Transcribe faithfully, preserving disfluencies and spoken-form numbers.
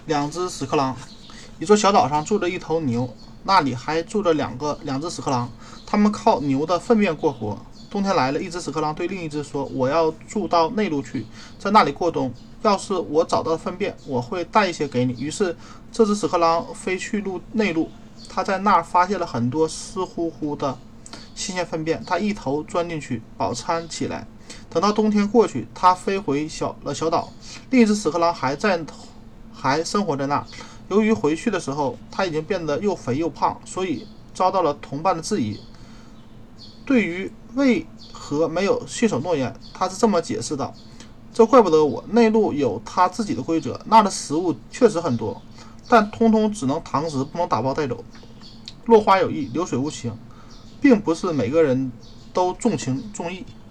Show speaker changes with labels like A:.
A: 两只屎壳郎。一座小岛上住着一头牛，那里还住着两个两只屎壳郎，他们靠牛的粪便过活。冬天来了，一只屎壳郎对另一只说：“我要住到内陆去，在那里过冬。要是我找到粪便，我会带一些给你。”于是，这只屎壳郎飞去陆内陆，他在那儿发现了很多湿乎乎的新鲜粪便，他一头钻进去，饱餐起来。等到冬天过去，他飞回小了小岛，另一只屎壳郎还在，还生活在那儿。由于回去的时候他已经变得又肥又胖，所以遭到了同伴的质疑。对于为何没有信守诺言，他是这么解释的：这怪不得我，内陆有他自己的规则，那儿的食物确实很多，但通通只能堂食，不能打包带走。落花有意，流水无情，并不是每个人都重情重义。